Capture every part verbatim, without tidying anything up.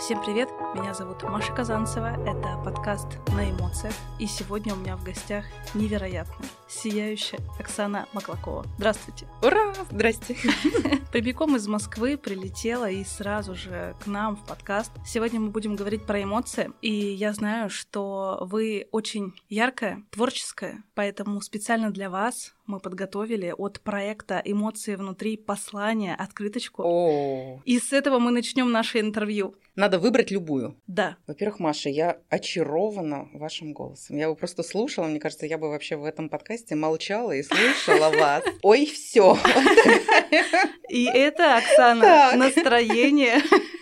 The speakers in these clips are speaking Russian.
Всем привет, меня зовут Маша Казанцева, это подкаст «На эмоциях», и сегодня у меня в гостях невероятная, сияющая Оксана Маклакова. Здравствуйте! Ура! Здрасте! Прямиком из Москвы прилетела и сразу же к нам в подкаст. Сегодня мы будем говорить про эмоции, и я знаю, что вы очень яркая, творческая, поэтому специально для вас мы подготовили от проекта «Эмоции внутри» послание, открыточку. О. И с этого мы начнем наше интервью. Надо выбрать любую. Да. Во-первых, Маша, я очарована вашим голосом. Я бы просто слушала, мне кажется, я бы вообще в этом подкасте молчала и слушала вас. Ой, все. И это, Оксана, настроение,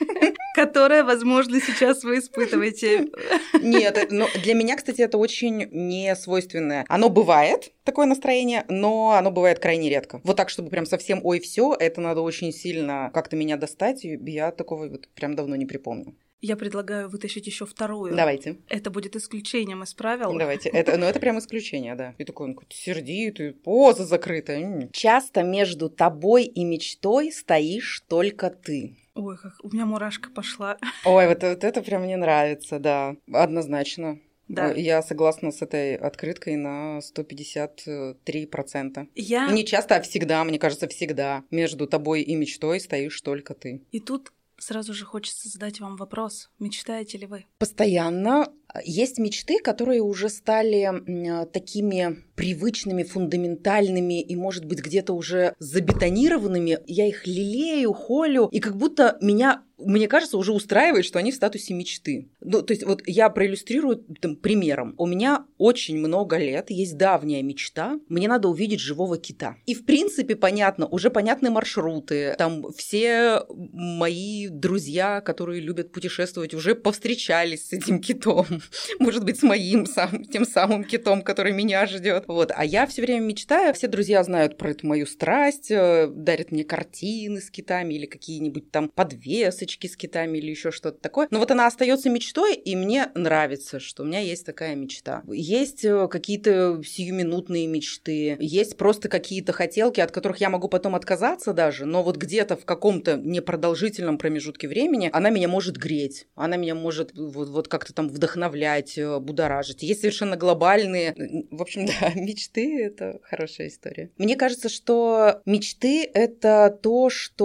которое, возможно, сейчас вы испытываете. Нет, но для меня, кстати, это очень не свойственное. Оно бывает, такое настроение, но оно бывает крайне редко. Вот так, чтобы прям совсем ой, все, это надо очень сильно как-то меня достать. Я такого вот прям давно не припомню. Я предлагаю вытащить еще вторую. Давайте. Это будет исключением из правил. Давайте. Это, ну, это прям исключение, да. И такой он какой-то сердитый, поза закрытая. Часто между тобой и мечтой стоишь только ты. Ой, как у меня мурашка пошла. Ой, вот, вот это прям мне нравится, да. Однозначно. Да. Я согласна с этой открыткой на сто пятьдесят три процента. Я... Не часто, а всегда, мне кажется, всегда. Между тобой и мечтой стоишь только ты. И тут сразу же хочется задать вам вопрос. Мечтаете ли вы? Постоянно. Есть мечты, которые уже стали такими привычными, фундаментальными и, может быть, где-то уже забетонированными. Я их лелею, холю, и как будто меня, мне кажется, уже устраивает, что они в статусе мечты. Ну, то есть вот я проиллюстрирую там, примером. У меня очень много лет есть давняя мечта. Мне надо увидеть живого кита. И, в принципе, понятно, уже понятны маршруты. Там все мои друзья, которые любят путешествовать, уже повстречались с этим китом. Может быть, с моим сам, тем самым китом, который меня ждет. Вот. А я все время мечтаю. Все друзья знают про эту мою страсть, дарят мне картины с китами или какие-нибудь там подвесочки с китами или еще что-то такое. Но вот она остается мечтой, и мне нравится, что у меня есть такая мечта. Есть какие-то сиюминутные мечты, есть просто какие-то хотелки, от которых я могу потом отказаться даже, но вот где-то в каком-то непродолжительном промежутке времени она меня может греть, она меня может вот, вот как-то там вдохновлять, будоражить. Есть совершенно глобальные... В общем, да, мечты — это хорошая история. Мне кажется, что мечты — это то,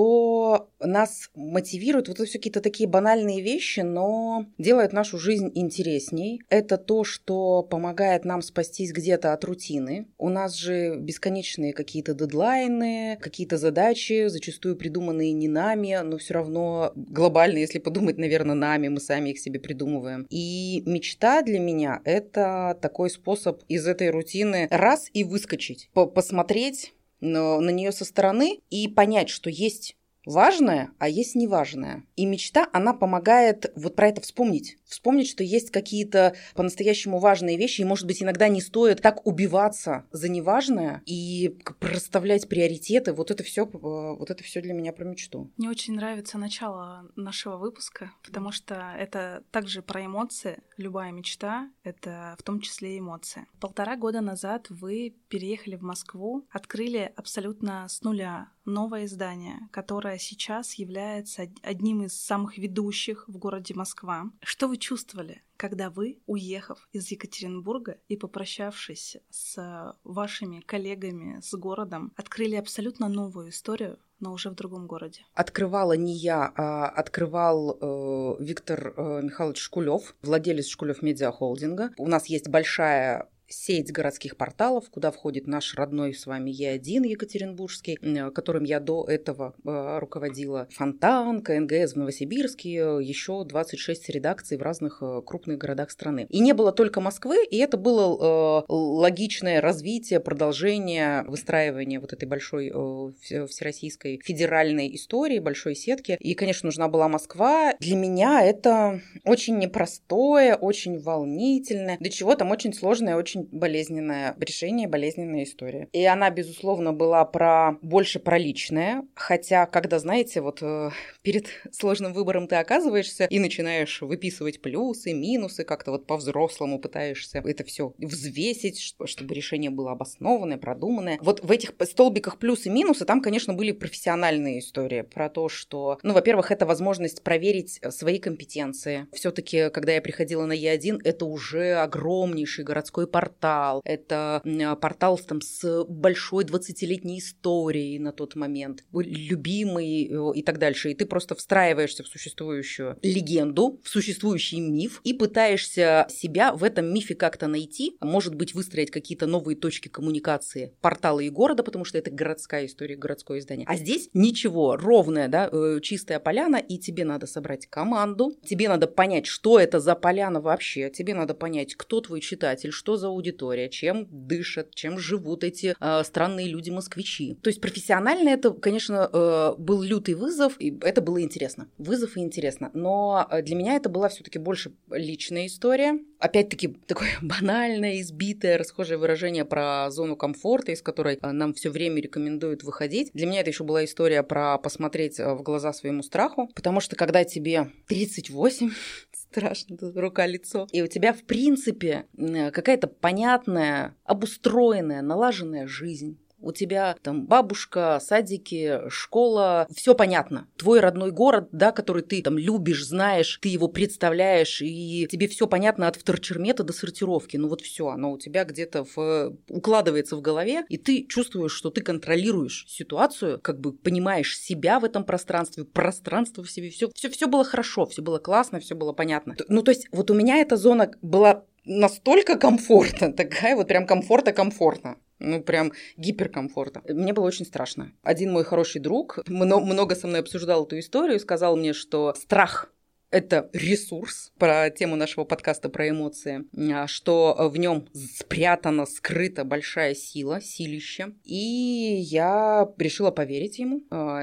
что нас мотивирует. Вот это все какие-то такие банальные вещи, но делает нашу жизнь интересней. Это то, что помогает нам спастись где-то от рутины. У нас же бесконечные какие-то дедлайны, какие-то задачи, зачастую придуманные не нами, но все равно глобально, если подумать, наверное, нами, мы сами их себе придумываем. И мечта для меня — это такой способ из этой рутины раз и выскочить, посмотреть на, на нее со стороны и понять, что есть важное, а есть неважное. И мечта, она помогает вот про это вспомнить. Вспомнить, что есть какие-то по-настоящему важные вещи, и, может быть, иногда не стоит так убиваться за неважное и расставлять приоритеты. Вот это все, вот это все для меня про мечту. Мне очень нравится начало нашего выпуска, потому что это также про эмоции. Любая мечта — это в том числе эмоции. Полтора года назад вы переехали в Москву, открыли абсолютно с нуля новое издание, которое сейчас является одним из самых ведущих в городе Москва. Что вы чувствовали, когда вы, уехав из Екатеринбурга и попрощавшись с вашими коллегами, с городом, открыли абсолютно новую историю, но уже в другом городе? Открывала не я, а открывал э, Виктор э, Михайлович Шкулёв, владелец Шкулёв Медиа Холдинга. У нас есть большая сеть городских порталов, куда входит наш родной с вами Е один екатеринбургский, которым я до этого э, руководила. Фонтан, ка эн гэ эс в Новосибирске, еще двадцать шесть редакций в разных э, крупных городах страны. И не было только Москвы, и это было э, логичное развитие, продолжение, выстраивание вот этой большой э, всероссийской федеральной истории, большой сетки. И, конечно, нужна была Москва. Для меня это очень непростое, очень волнительное, до чего там очень сложное, очень очень болезненное решение, болезненная история. И она, безусловно, была про больше про личное, хотя, когда, знаете, вот э, перед сложным выбором ты оказываешься и начинаешь выписывать плюсы, минусы, как-то вот по-взрослому пытаешься это все взвесить, чтобы решение было обоснованное, продуманное. Вот в этих столбиках плюсы и минусы там, конечно, были профессиональные истории про то, что, ну, во-первых, это возможность проверить свои компетенции. Все-таки, когда я приходила на Е один, это уже огромнейший городской портал. Это портал там с большой двадцатилетней историей на тот момент, любимый и так дальше. И ты просто встраиваешься в существующую легенду, в существующий миф и пытаешься себя в этом мифе как-то найти, может быть, выстроить какие-то новые точки коммуникации портала и города, потому что это городская история, городское издание. А здесь ничего, ровная, да, чистая поляна, и тебе надо собрать команду, тебе надо понять, что это за поляна вообще, тебе надо понять, кто твой читатель, что за аудитория, чем дышат, чем живут эти э, странные люди-москвичи. То есть профессионально это, конечно, э, был лютый вызов, и это было интересно. Вызов и интересно. Но для меня это была все-таки больше личная история. Опять-таки, такое банальное, избитое, расхожее выражение про зону комфорта, из которой нам все время рекомендуют выходить. Для меня это еще была история про посмотреть в глаза своему страху, потому что когда тебе тридцать восемь, страшно, рука-лицо, и у тебя, в принципе, какая-то понятная, обустроенная, налаженная жизнь, у тебя там бабушка, садики, школа, все понятно. Твой родной город, да, который ты там любишь, знаешь, ты его представляешь, и тебе все понятно от вторчермета до сортировки. Ну вот все, оно у тебя где-то в... укладывается в голове, и ты чувствуешь, что ты контролируешь ситуацию, как бы понимаешь себя в этом пространстве, пространство в себе, все, все, все было хорошо, все было классно, все было понятно. Ну то есть вот у меня эта зона была настолько комфортна, такая вот прям комфорта-комфортно. Ну, прям гиперкомфортно. Мне было очень страшно. Один мой хороший друг много со мной обсуждал эту историю, сказал мне, что страх — это ресурс, про тему нашего подкаста про эмоции, что в нем спрятана, скрыта большая сила, силища. И я решила поверить ему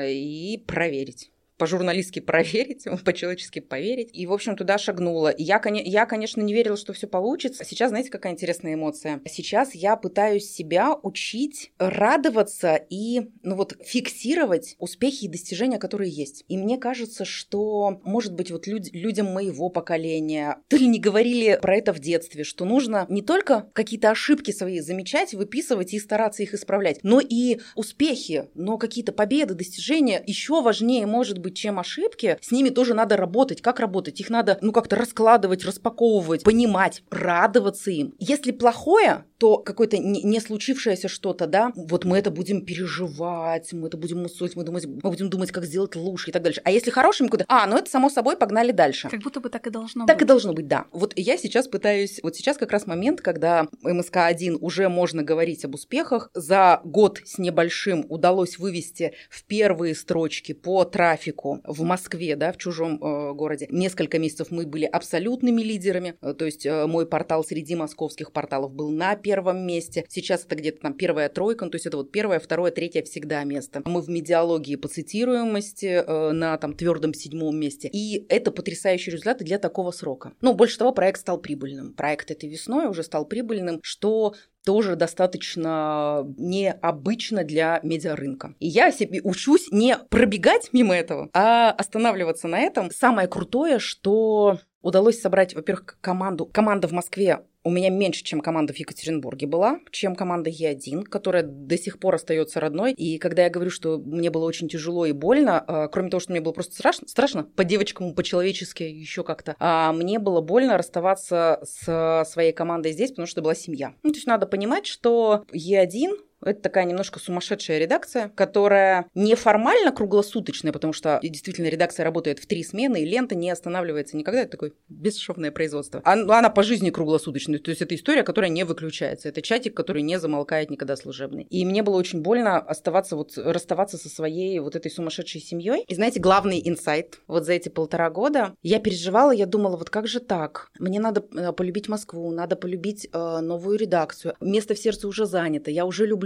и проверить. По-журналистски проверить, по-человечески поверить. И, в общем, туда шагнула. Я, я, конечно, не верила, что все получится. Сейчас, знаете, какая интересная эмоция? Сейчас я пытаюсь себя учить радоваться и, ну вот, фиксировать успехи и достижения, которые есть. И мне кажется, что, может быть, вот люд, людям моего поколения, то ли не говорили про это в детстве, что нужно не только какие-то ошибки свои замечать, выписывать и стараться их исправлять, но и успехи, но какие-то победы, достижения еще важнее, может быть, чем ошибки, с ними тоже надо работать. Как работать? Их надо, ну, как-то раскладывать, распаковывать, понимать, радоваться им. Если плохое, то какое-то не, не случившееся что-то, да, вот мы это будем переживать, мы это будем мусолить, мы, думать, мы будем думать, как сделать лучше и так дальше. А если хорошим куда-то, а, ну это само собой, погнали дальше. Как будто бы так и должно так быть. Так и должно быть, да. Вот я сейчас пытаюсь, вот сейчас как раз момент, когда эм эс ка один уже можно говорить об успехах. За год с небольшим удалось вывести в первые строчки по трафику в Москве, да, в чужом э, городе. Несколько месяцев мы были абсолютными лидерами, э, то есть э, мой портал среди московских порталов был на первом месте. Сейчас это где-то там первая тройка, ну, то есть это вот первое, второе, третье всегда место. Мы в медиалогии по цитируемости э, на там твердом седьмом месте. И это потрясающие результаты для такого срока. Ну, больше того, проект стал прибыльным. Проект этой весной уже стал прибыльным, что тоже достаточно необычно для медиарынка. И я себе учусь не пробегать мимо этого, а останавливаться на этом. Самое крутое, что удалось собрать, во-первых, команду. Команда в Москве у меня меньше, чем команда в Екатеринбурге была, чем команда Е один, которая до сих пор остается родной. И когда я говорю, что мне было очень тяжело и больно, кроме того, что мне было просто страшно, страшно по-девочкому, по-человечески, еще как-то, а мне было больно расставаться с своей командой здесь, потому что это была семья. Ну, то есть надо понимать, что Е один — это такая немножко сумасшедшая редакция, которая неформально круглосуточная, потому что действительно редакция работает в три смены, и лента не останавливается никогда. Это такое бесшовное производство. Она по жизни круглосуточная. То есть это история, которая не выключается. Это чатик, который не замолкает никогда, служебный. И мне было очень больно оставаться, вот, расставаться со своей вот этой сумасшедшей семьей. И знаете, главный инсайт вот за эти полтора года, я переживала, я думала, вот как же так? Мне надо полюбить Москву, надо полюбить э, новую редакцию. Место в сердце уже занято. Я уже люблю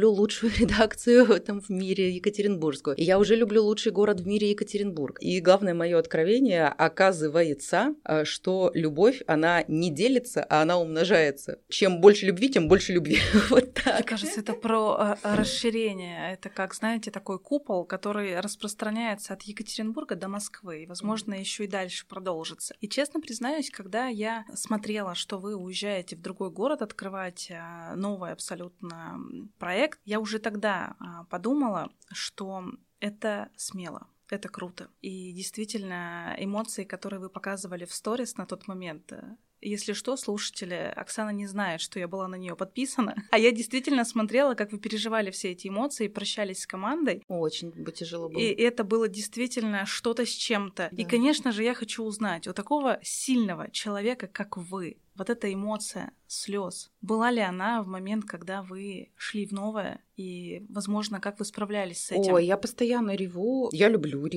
люблю лучшую редакцию там в мире екатеринбургскую. И я уже люблю лучший город в мире Екатеринбург. И главное мое откровение, оказывается, что любовь, она не делится, а она умножается. Чем больше любви, тем больше любви. Вот так. Мне кажется, это про расширение. Это как, знаете, такой купол, который распространяется от Екатеринбурга до Москвы. И, возможно, еще и дальше продолжится. И честно признаюсь, когда я смотрела, что вы уезжаете в другой город открывать новый абсолютно проект, я уже тогда подумала, что это смело. Это круто. И действительно, эмоции, которые вы показывали в сторис на тот момент, если что, слушатели, Оксана не знает, что я была на нее подписана, а я действительно смотрела, как вы переживали все эти эмоции, прощались с командой. Очень бы тяжело было. И это было действительно что-то с чем-то. Да. И, конечно же, я хочу узнать, у такого сильного человека, как вы, вот эта эмоция слез, была ли она в момент, когда вы шли в новое, и, возможно, как вы справлялись с этим? Ой, я постоянно реву. Я люблю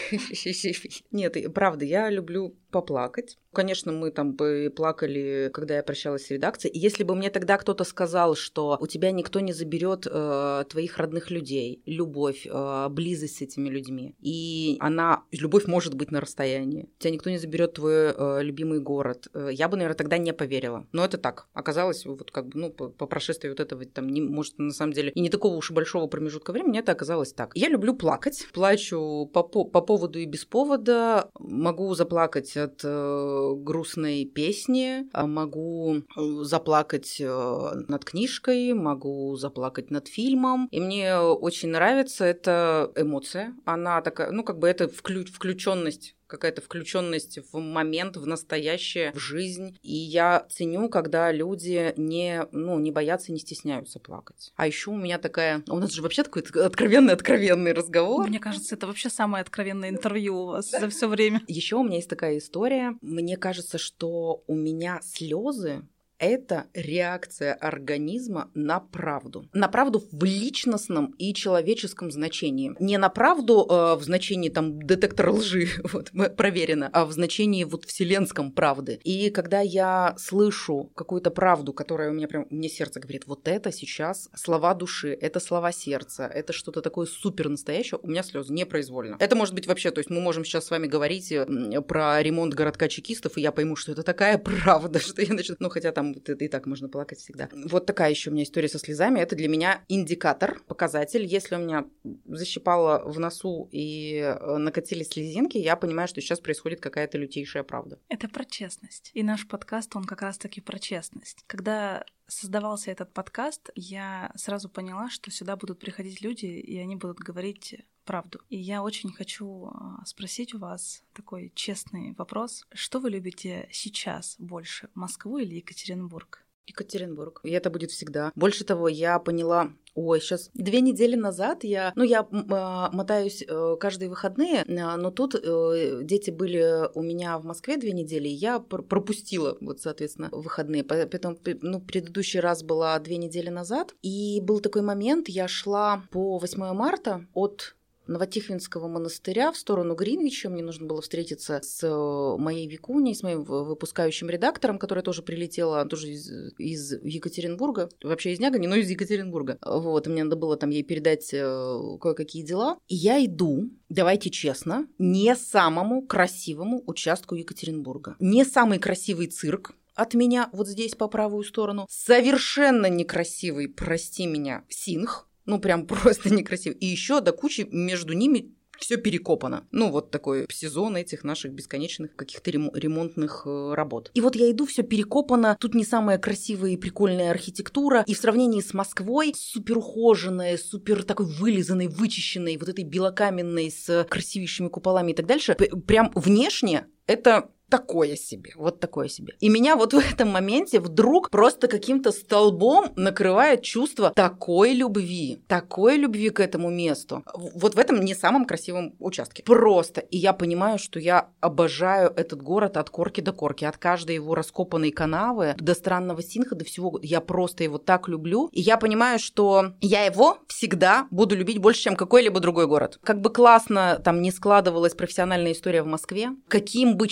Нет, правда, я люблю поплакать. Конечно, мы там плакали, когда я прощалась с редакцией. И если бы мне тогда кто-то сказал, что у тебя никто не заберет э, твоих родных людей, любовь, э, близость с этими людьми, и она, любовь может быть на расстоянии, у тебя никто не заберет твой э, любимый город, э, я бы, наверное, тогда не поверила. Но это так. Оказалось, вот как бы, ну, по, по прошествии вот этого, там, не, может, на самом деле, и не такого уж и большого промежутка времени, это оказалось так. Я люблю плакать. Плачу по, по, по поводу и без повода. Могу заплакать от э, грустной песни, могу заплакать над книжкой, могу заплакать над фильмом. И мне очень нравится эта эмоция. Она такая, ну, как бы это вклю- включенность. Какая-то включенность в момент, в настоящее, в жизнь. И я ценю, когда люди не, ну, не боятся, не стесняются плакать. А еще у меня такая... У нас же вообще такой откровенный-откровенный разговор. Мне кажется, это вообще самое откровенное интервью у вас за все время. Еще у меня есть такая история. Мне кажется, что у меня слезы это реакция организма на правду. На правду в личностном и человеческом значении. Не на правду э, в значении там детектора лжи, вот, проверено, а в значении вот вселенском правды. И когда я слышу какую-то правду, которая у меня прям, мне сердце говорит, вот это сейчас слова души, это слова сердца, это что-то такое супер настоящее, у меня слезы непроизвольно. Это может быть вообще, то есть мы можем сейчас с вами говорить про ремонт городка чекистов, и я пойму, что это такая правда, что я начну, ну хотя там это и так можно плакать всегда. Вот такая еще у меня история со слезами. Это для меня индикатор, показатель. Если у меня защипало в носу и накатились слезинки, я понимаю, что сейчас происходит какая-то лютейшая правда. Это про честность. И наш подкаст, он как раз-таки про честность. Когда создавался этот подкаст, я сразу поняла, что сюда будут приходить люди, и они будут говорить правду. И я очень хочу спросить у вас такой честный вопрос. Что вы любите сейчас больше, Москву или Екатеринбург? Екатеринбург. И это будет всегда. Больше того, я поняла... Ой, сейчас две недели назад я... Ну, я э, мотаюсь э, каждые выходные, э, но тут э, дети были у меня в Москве две недели, и я пр- пропустила, вот, соответственно, выходные. Поэтому, ну, предыдущий раз была две недели назад, и был такой момент, я шла по восьмое марта от Новотихвинского монастыря в сторону Гринвича. Мне нужно было встретиться с моей Викуней, с моим выпускающим редактором, которая тоже прилетела тоже из, из Екатеринбурга. Вообще из Нягани, но из Екатеринбурга. Вот, мне надо было там ей передать кое-какие дела. И я иду, давайте честно, не самому красивому участку Екатеринбурга. Не самый красивый цирк от меня вот здесь по правую сторону. Совершенно некрасивый, прости меня, Синх. Ну, прям просто некрасиво. И еще до кучи между ними все перекопано. Ну, вот такой сезон этих наших бесконечных каких-то ремонтных работ. И вот я иду, все перекопано. Тут не самая красивая и прикольная архитектура. И в сравнении с Москвой супер ухоженная, супер такой вылизанной, вычищенной, вот этой белокаменной с красивейшими куполами и так дальше. Прям внешне это... такое себе, вот такое себе. И меня вот в этом моменте вдруг просто каким-то столбом накрывает чувство такой любви, такой любви к этому месту. Вот в этом не самом красивом участке. Просто. И я понимаю, что я обожаю этот город от корки до корки, от каждой его раскопанной канавы до странного Синха, до всего. Я просто его так люблю. И я понимаю, что я его всегда буду любить больше, чем какой-либо другой город. Как бы классно там не складывалась профессиональная история в Москве, каким бы чудесным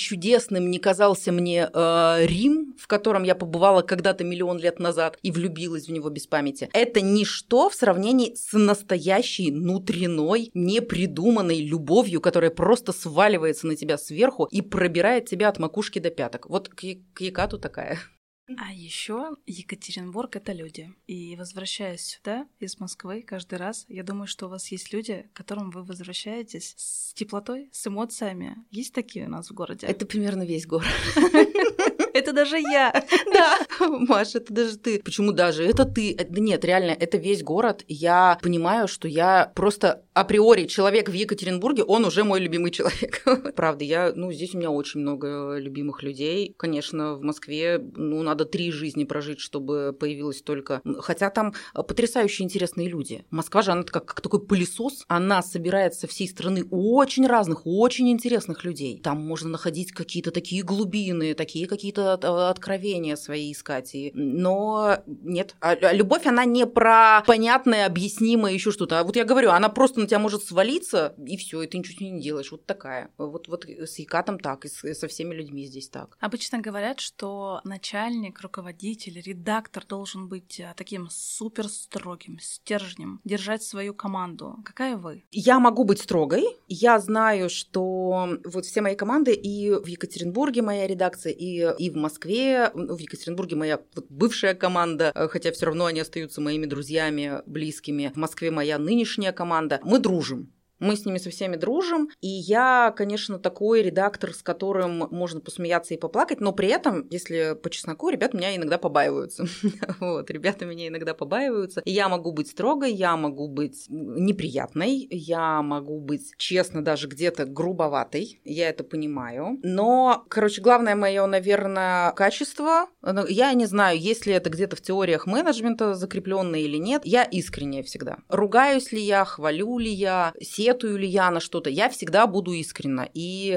интересным не казался мне э, Рим, в котором я побывала когда-то миллион лет назад и влюбилась в него без памяти, это ничто в сравнении с настоящей внутренной, непридуманной любовью, которая просто сваливается на тебя сверху и пробирает тебя от макушки до пяток. Вот к, к Екату такая. А еще Екатеринбург — это люди. И возвращаясь сюда из Москвы каждый раз, я думаю, что у вас есть люди, к которым вы возвращаетесь с теплотой, с эмоциями. Есть такие у нас в городе? Это примерно весь город. Это даже я. Да, Маша, это даже ты. Почему даже? Это ты. Да нет, реально, это весь город. Я понимаю, что я просто априори человек в Екатеринбурге, он уже мой любимый человек. Правда, я, ну, здесь у меня очень много любимых людей. Конечно, в Москве, ну, надо три жизни прожить, чтобы появилось только... Хотя там потрясающе интересные люди. Москва же, она как, как такой пылесос. Она собирает со всей страны очень разных, очень интересных людей. Там можно находить какие-то такие глубины, такие какие-то откровения свои искать. И... Но нет. А любовь, она не про понятное, объяснимое, еще что-то. А вот я говорю, она просто на тебя может свалиться, и все, и ты ничего с ней не делаешь. Вот такая. Вот, вот с Екатом так, и с, со всеми людьми здесь так. Обычно говорят, что начальник, руководитель, редактор должен быть таким супер строгим, стержнем, держать свою команду. Какая вы? Я могу быть строгой. Я знаю, что вот все мои команды, и в Екатеринбурге моя редакция, и, и в Москве, в Екатеринбурге моя вот бывшая команда, хотя все равно они остаются моими друзьями, близкими. В Москве моя нынешняя команда. Мы дружим. Мы с ними со всеми дружим, и я, конечно, такой редактор, с которым можно посмеяться и поплакать, но при этом, если по чесноку, ребята меня иногда побаиваются. Вот, ребята меня иногда побаиваются. Я могу быть строгой, я могу быть неприятной, я могу быть, честно, даже где-то грубоватой, я это понимаю. Но, короче, главное мое, наверное, качество, я не знаю, есть ли это где-то в теориях менеджмента закреплённое или нет, я искренняя всегда. Ругаюсь ли я, хвалю ли я, сетую ли я на что-то, я всегда буду искренна. И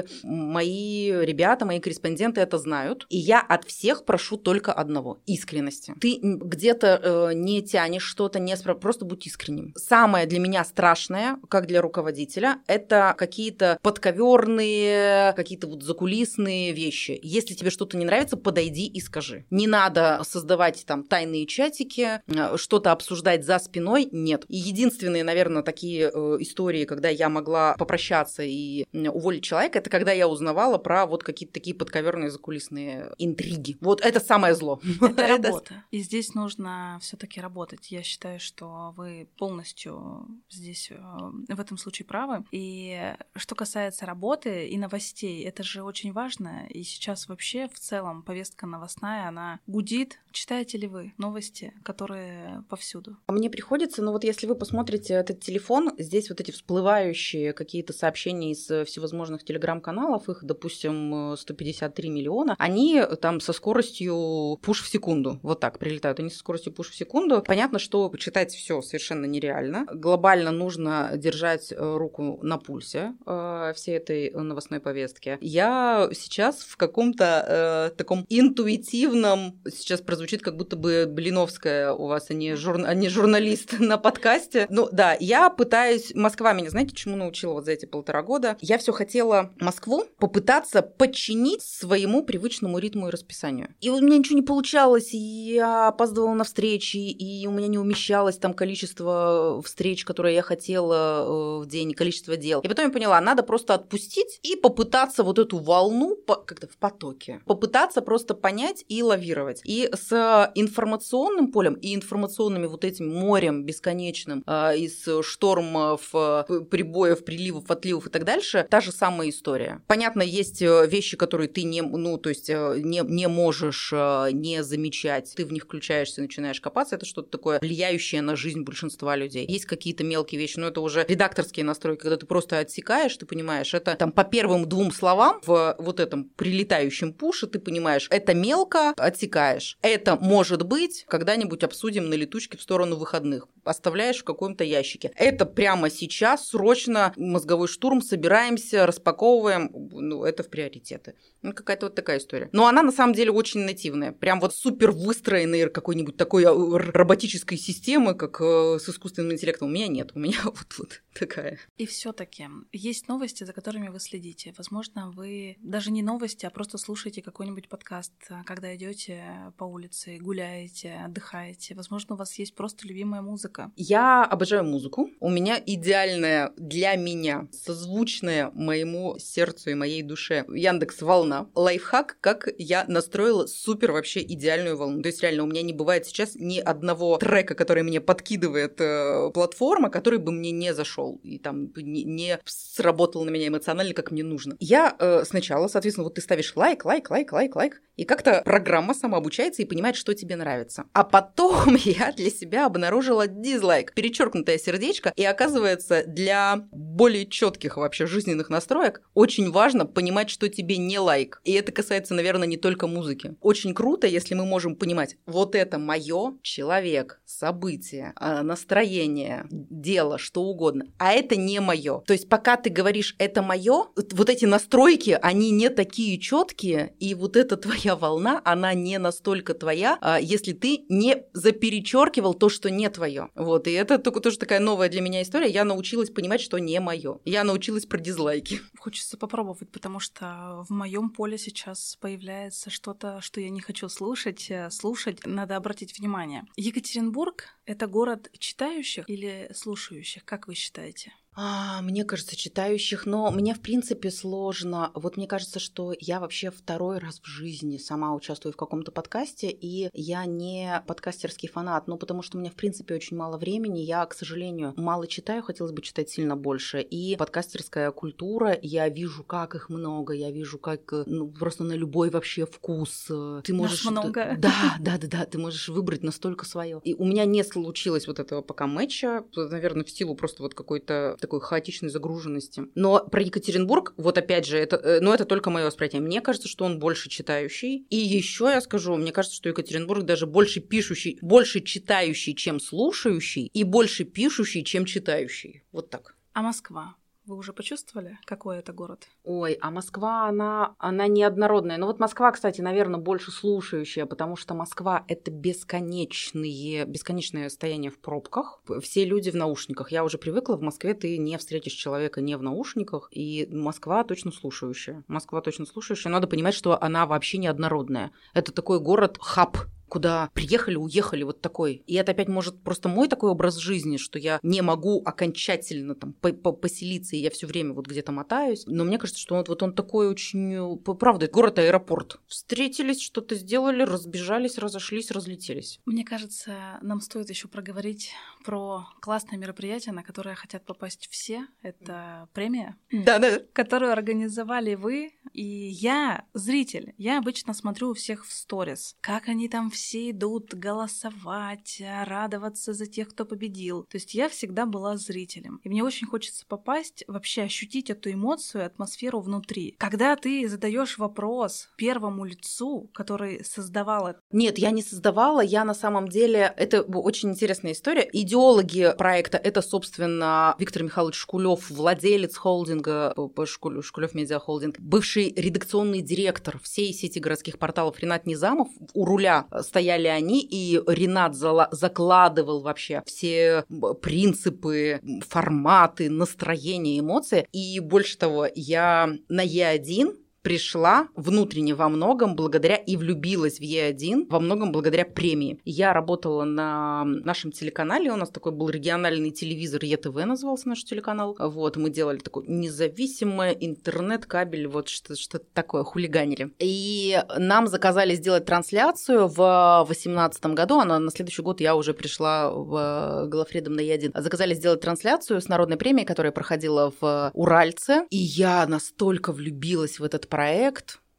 мои ребята, мои корреспонденты это знают. И я от всех прошу только одного – искренности. Ты где-то э, не тянешь что-то, не спро... просто будь искренним. Самое для меня страшное, как для руководителя, это какие-то подковерные, какие-то вот закулисные вещи. Если тебе что-то не нравится, подойди и скажи. Не надо создавать там тайные чатики, э, что-то обсуждать за спиной, нет. И единственные, наверное, такие э, истории, когда я могла попрощаться и уволить человека, это когда я узнавала про вот какие-то такие подковерные закулисные интриги. Вот это самое зло. Это работа. И здесь нужно все-таки работать. Я считаю, что вы полностью здесь в этом случае правы. И что касается работы и новостей, это же очень важно. И сейчас вообще в целом повестка новостная, она гудит. Читаете ли вы новости, которые повсюду? Мне приходится, ну вот если вы посмотрите этот телефон, здесь вот эти всплывающие какие-то сообщения из всевозможных телеграм-каналов, их, допустим, сто пятьдесят три миллиона, они там со скоростью пуш в секунду, вот так прилетают, они со скоростью пуш в секунду. Понятно, что почитать все совершенно нереально. Глобально нужно держать руку на пульсе э, всей этой новостной повестки. Я сейчас в каком-то э, таком интуитивном, сейчас прозвучит как будто бы Блиновская у вас, а не, жур... а не журналист на подкасте. Ну да, я пытаюсь, Москва меня, знаете, чему научила вот за эти полтора года? Я все хотела Москву попытаться подчинить своему привычному ритму и расписанию. И у меня ничего не получалось, и я опаздывала на встречи, и у меня не умещалось там количество встреч, которые я хотела в день, количество дел. И потом я поняла, надо просто отпустить и попытаться вот эту волну как-то в потоке, попытаться просто понять и лавировать. И с информационным полем, и информационными вот этим морем бесконечным из штормов, прибоев, приливов, отливов и так дальше, та же самая история. Понятно, есть вещи, которые ты не, ну, то есть не, не можешь не замечать. Ты в них включаешься и начинаешь копаться. Это что-то такое, влияющее на жизнь большинства людей. Есть какие-то мелкие вещи, но это уже редакторские настройки, когда ты просто отсекаешь, ты понимаешь, это там по первым двум словам в вот этом прилетающем пуше ты понимаешь, это мелко, отсекаешь. Это может быть, когда-нибудь обсудим на летучке в сторону выходных. Оставляешь в каком-то ящике. Это прямо сейчас срочно мозговой штурм, собираемся, распаковываем, ну, это в приоритеты. Ну, какая-то вот такая история. Но она на самом деле очень нативная. Прям вот супер выстроенной какой-нибудь такой роботической системы, как э, с искусственным интеллектом, у меня нет. У меня вот, вот такая. И все-таки есть новости, за которыми вы следите. Возможно, вы даже не новости, а просто слушаете какой-нибудь подкаст, когда идете по улице, гуляете, отдыхаете. Возможно, у вас есть просто любимая музыка. Я обожаю музыку. У меня идеальная для меня, созвучная моему сердцу и моей душе Яндекс.Волна. Лайфхак, как я настроила супер вообще идеальную волну. То есть реально у меня не бывает сейчас ни одного трека, который мне подкидывает э, платформа, который бы мне не зашел и там не, не сработал на меня эмоционально, как мне нужно. Я э, сначала, соответственно, вот ты ставишь лайк, лайк, лайк, лайк, лайк, и как-то программа сама обучается и понимает, что тебе нравится. А потом я для себя обнаружила дизлайк, перечеркнутое сердечко, и оказывается, для более четких вообще жизненных настроек очень важно понимать, что тебе не лайк. И это касается, наверное, не только музыки. Очень круто, если мы можем понимать, вот это мое, человек, событие, настроение, дело, что угодно, а это не мое. То есть пока ты говоришь «это мое», вот эти настройки, они не такие четкие, и вот эта твоя волна, она не настолько твоя, если ты не заперечеркивал то, что не твое. Вот, и это только тоже такая новая для меня история. Я научилась понимать, что не мое. Я научилась про дизлайки. Хочется попробовать, потому что в моем поле сейчас появляется что-то, что я не хочу слушать. Слушать надо обратить внимание. Екатеринбург — это город читающих или слушающих, как вы считаете? А, мне кажется, читающих, но мне, в принципе, сложно. Вот мне кажется, что я вообще второй раз в жизни сама участвую в каком-то подкасте, и я не подкастерский фанат, ну, потому что у меня, в принципе, очень мало времени. Я, к сожалению, мало читаю, хотелось бы читать сильно больше. И подкастерская культура, я вижу, как их много, я вижу, как, ну, просто на любой вообще вкус. Ты можешь... Нас много. Да, да, да, да, ты можешь выбрать настолько свое. И у меня не случилось вот этого пока матча, наверное, в силу просто вот какой-то такой хаотичной загруженности. Но про Екатеринбург, вот опять же, это, ну, это только мое восприятие. Мне кажется, что он больше читающий. И еще я скажу, мне кажется, что Екатеринбург даже больше пишущий, больше читающий, чем слушающий, и больше пишущий, чем читающий. Вот так. А Москва? Вы уже почувствовали, какой это город? Ой, а Москва, она, она неоднородная. Ну вот Москва, кстати, наверное, больше слушающая, потому что Москва — это бесконечные, бесконечное стояние в пробках. Все люди в наушниках. Я уже привыкла, в Москве ты не встретишь человека не в наушниках, и Москва точно слушающая. Москва точно слушающая. Надо понимать, что она вообще неоднородная. Это такой город-хаб, куда приехали, уехали, вот такой. И это опять может просто мой такой образ жизни, что я не могу окончательно там поселиться, и я все время вот где-то мотаюсь. Но мне кажется, что он, вот он такой очень... Правда, город-аэропорт. Встретились, что-то сделали, разбежались, разошлись, разлетелись. Мне кажется, нам стоит еще проговорить про классное мероприятие, на которое хотят попасть все. Это премия, Да-да. которую организовали вы. И я зритель. Я обычно смотрю у всех в сторис, как они там все идут голосовать, радоваться за тех, кто победил. То есть я всегда была зрителем. И мне очень хочется попасть, вообще ощутить эту эмоцию, атмосферу внутри. Когда ты задаешь вопрос первому лицу, который создавал это. Нет, я не создавала, я на самом деле... Это очень интересная история. Идеологи проекта — это, собственно, Виктор Михайлович Шкулёв, владелец холдинга Шкулёв Медиа Холдинг, бывший редакционный директор всей сети городских порталов Ренат Низамов. У руля стояли они, и Ренат закладывал вообще все принципы, форматы, настроения, эмоции. И больше того, я на Е один пришла внутренне во многом благодаря и влюбилась в Е один во многом благодаря премии. Я работала на нашем телеканале, у нас такой был региональный телевизор, Е Тэ Вэ назывался наш телеканал. Вот, мы делали такой независимый интернет-кабель, вот что-то, что-то такое, хулиганили. И нам заказали сделать трансляцию в восемнадцатом году, а на следующий год я уже пришла в главредом на Е один. Заказали сделать трансляцию с народной премией, которая проходила в Уральце, и я настолько влюбилась в этот проект.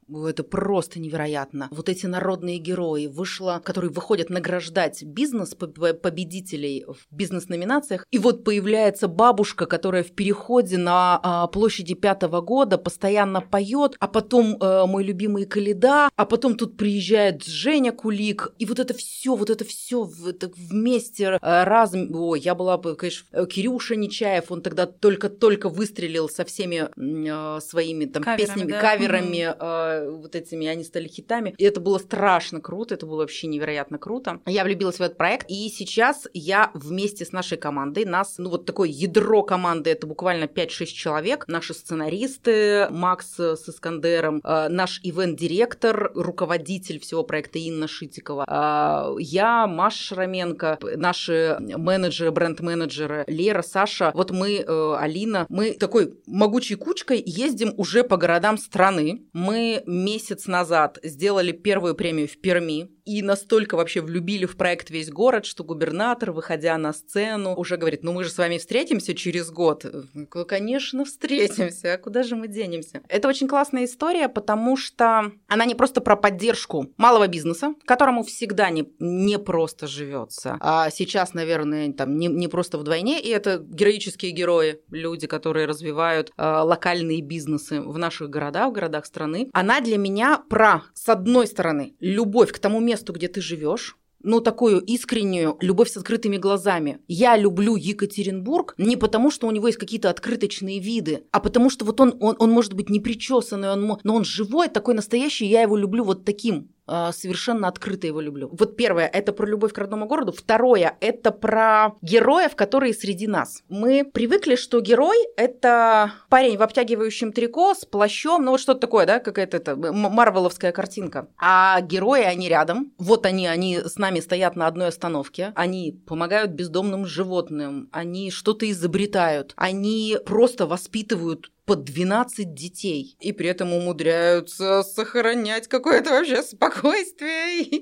Это просто невероятно. Вот эти народные герои, вышло, которые выходят награждать бизнес-победителей в бизнес-номинациях. И вот появляется бабушка, которая в переходе на а, площади Пятого года постоянно поет, а потом а, мой любимый Коляда, а потом тут приезжает Женя Кулик. И вот это все, вот это все это вместе а, разом. Ой, я была, конечно, Кирюша Нечаев, он тогда только-только выстрелил со всеми а, своими там каверами, песнями, да? каверами, угу. а, вот этими, они стали хитами. И это было страшно круто, это было вообще невероятно круто. Я влюбилась в этот проект, и сейчас я вместе с нашей командой, нас, ну вот такое ядро команды, это буквально пять-шесть человек, наши сценаристы, Макс с Искандером, э, наш ивент-директор, руководитель всего проекта Инна Шитикова, э, я, Маша Шраменко, наши менеджеры, бренд-менеджеры, Лера, Саша, вот мы, э, Алина, мы такой могучей кучкой ездим уже по городам страны. Мы месяц назад сделали первую премию в Перми и настолько вообще влюбили в проект весь город, что губернатор, выходя на сцену, уже говорит: ну мы же с вами встретимся через год. Конечно, встретимся, а куда же мы денемся? Это очень классная история, потому что она не просто про поддержку малого бизнеса, которому всегда не, не просто живется, а сейчас, наверное, там не, не просто вдвойне, и это героические герои, люди, которые развивают э, локальные бизнесы в наших городах, в городах страны. Она для меня про, с одной стороны, любовь к тому месту, где ты живешь, ну, такую искреннюю любовь с открытыми глазами. Я люблю Екатеринбург не потому, что у него есть какие-то открыточные виды, а потому что вот он, он, он может быть непричесанный, он, но он живой, такой настоящий, я его люблю вот таким. Совершенно открыто его люблю. Вот первое, это про любовь к родному городу. Второе, это про героев, которые среди нас. Мы привыкли, что герой – это парень в обтягивающем трико с плащом, ну вот что-то такое, да, какая-то это марвеловская картинка. А герои, они рядом. Вот они, они с нами стоят на одной остановке. Они помогают бездомным животным, они что-то изобретают, они просто воспитывают по двенадцать детей, и при этом умудряются сохранять какое-то вообще спокойствие и,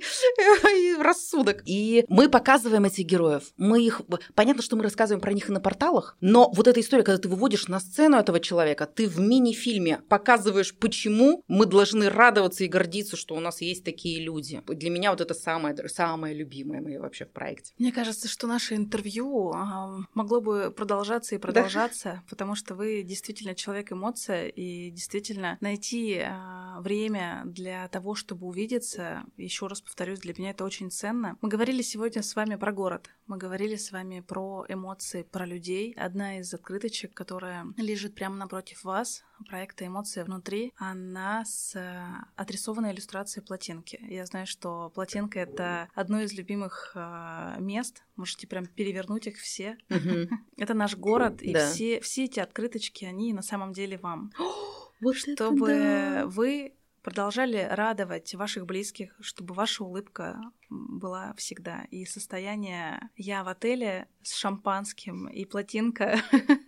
и рассудок. И мы показываем этих героев. Мы их... Понятно, что мы рассказываем про них и на порталах, но вот эта история, когда ты выводишь на сцену этого человека, ты в мини-фильме показываешь, почему мы должны радоваться и гордиться, что у нас есть такие люди. Для меня вот это самое, самое любимое мое вообще в проекте. Мне кажется, что наше интервью могло бы продолжаться и продолжаться, да? Потому что вы действительно человек эмоция, и действительно найти а, время для того, чтобы увидеться, еще раз повторюсь, для меня это очень ценно. Мы говорили сегодня с вами про город, мы говорили с вами про эмоции, про людей. Одна из открыточек, которая лежит прямо напротив вас, проекта «Эмоции внутри», она с а, отрисованной иллюстрацией плотинки. Я знаю, что плотинка — это одно из любимых а, мест, можете прям перевернуть их все. Это наш город, и все эти открыточки, они на самом деле вам. Вот чтобы да. вы продолжали радовать ваших близких, чтобы ваша улыбка была всегда. И состояние «я в отеле» с шампанским и плотинка,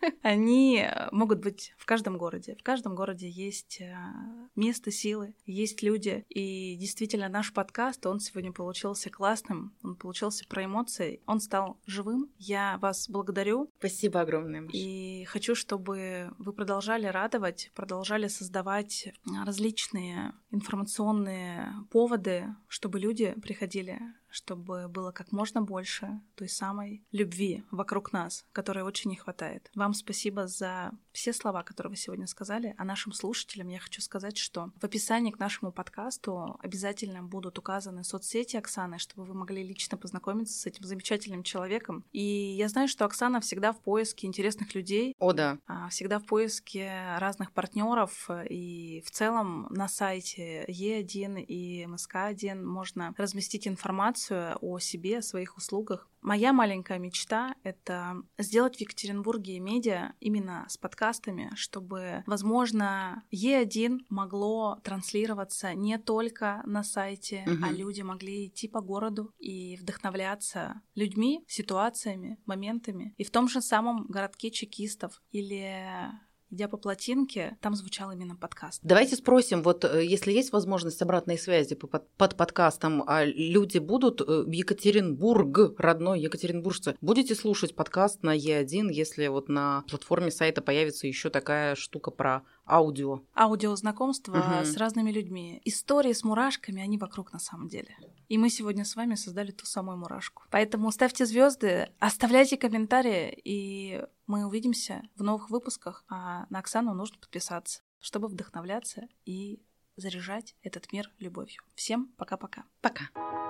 они могут быть в каждом городе. В каждом городе есть место силы, есть люди. И действительно, наш подкаст, он сегодня получился классным, он получился про эмоции, он стал живым. Я вас благодарю. Спасибо огромное, Маша. И хочу, чтобы вы продолжали радовать, продолжали создавать различные информационные поводы, чтобы люди приходили, чтобы было как можно больше той самой любви вокруг нас, которой очень не хватает. Вам спасибо за все слова, которые вы сегодня сказали. А нашим слушателям я хочу сказать, что в описании к нашему подкасту обязательно будут указаны соцсети Оксаны, чтобы вы могли лично познакомиться с этим замечательным человеком. И я знаю, что Оксана всегда в поиске интересных людей. О, да. Всегда в поиске разных партнеров. И в целом на сайте Е один и Эм Эс Ка один можно разместить информацию о себе, о своих услугах. Моя маленькая мечта — это сделать в Екатеринбурге медиа именно с подкастами, чтобы, возможно, Е один могло транслироваться не только на сайте, угу. а люди могли идти по городу и вдохновляться людьми, ситуациями, моментами. И в том же самом городке чекистов или... Идя по плотинке, там звучал именно подкаст. Давайте спросим, вот если есть возможность обратной связи под, под подкастом, а люди будут в Екатеринбург, родной екатеринбуржцы, будете слушать подкаст на Е один, если вот на платформе сайта появится еще такая штука про аудио. Аудиознакомства Мгм. с разными людьми. Истории с мурашками, они вокруг на самом деле. И мы сегодня с вами создали ту самую мурашку. Поэтому ставьте звезды, оставляйте комментарии, и мы увидимся в новых выпусках. А на Оксану нужно подписаться, чтобы вдохновляться и заряжать этот мир любовью. Всем пока-пока. Пока.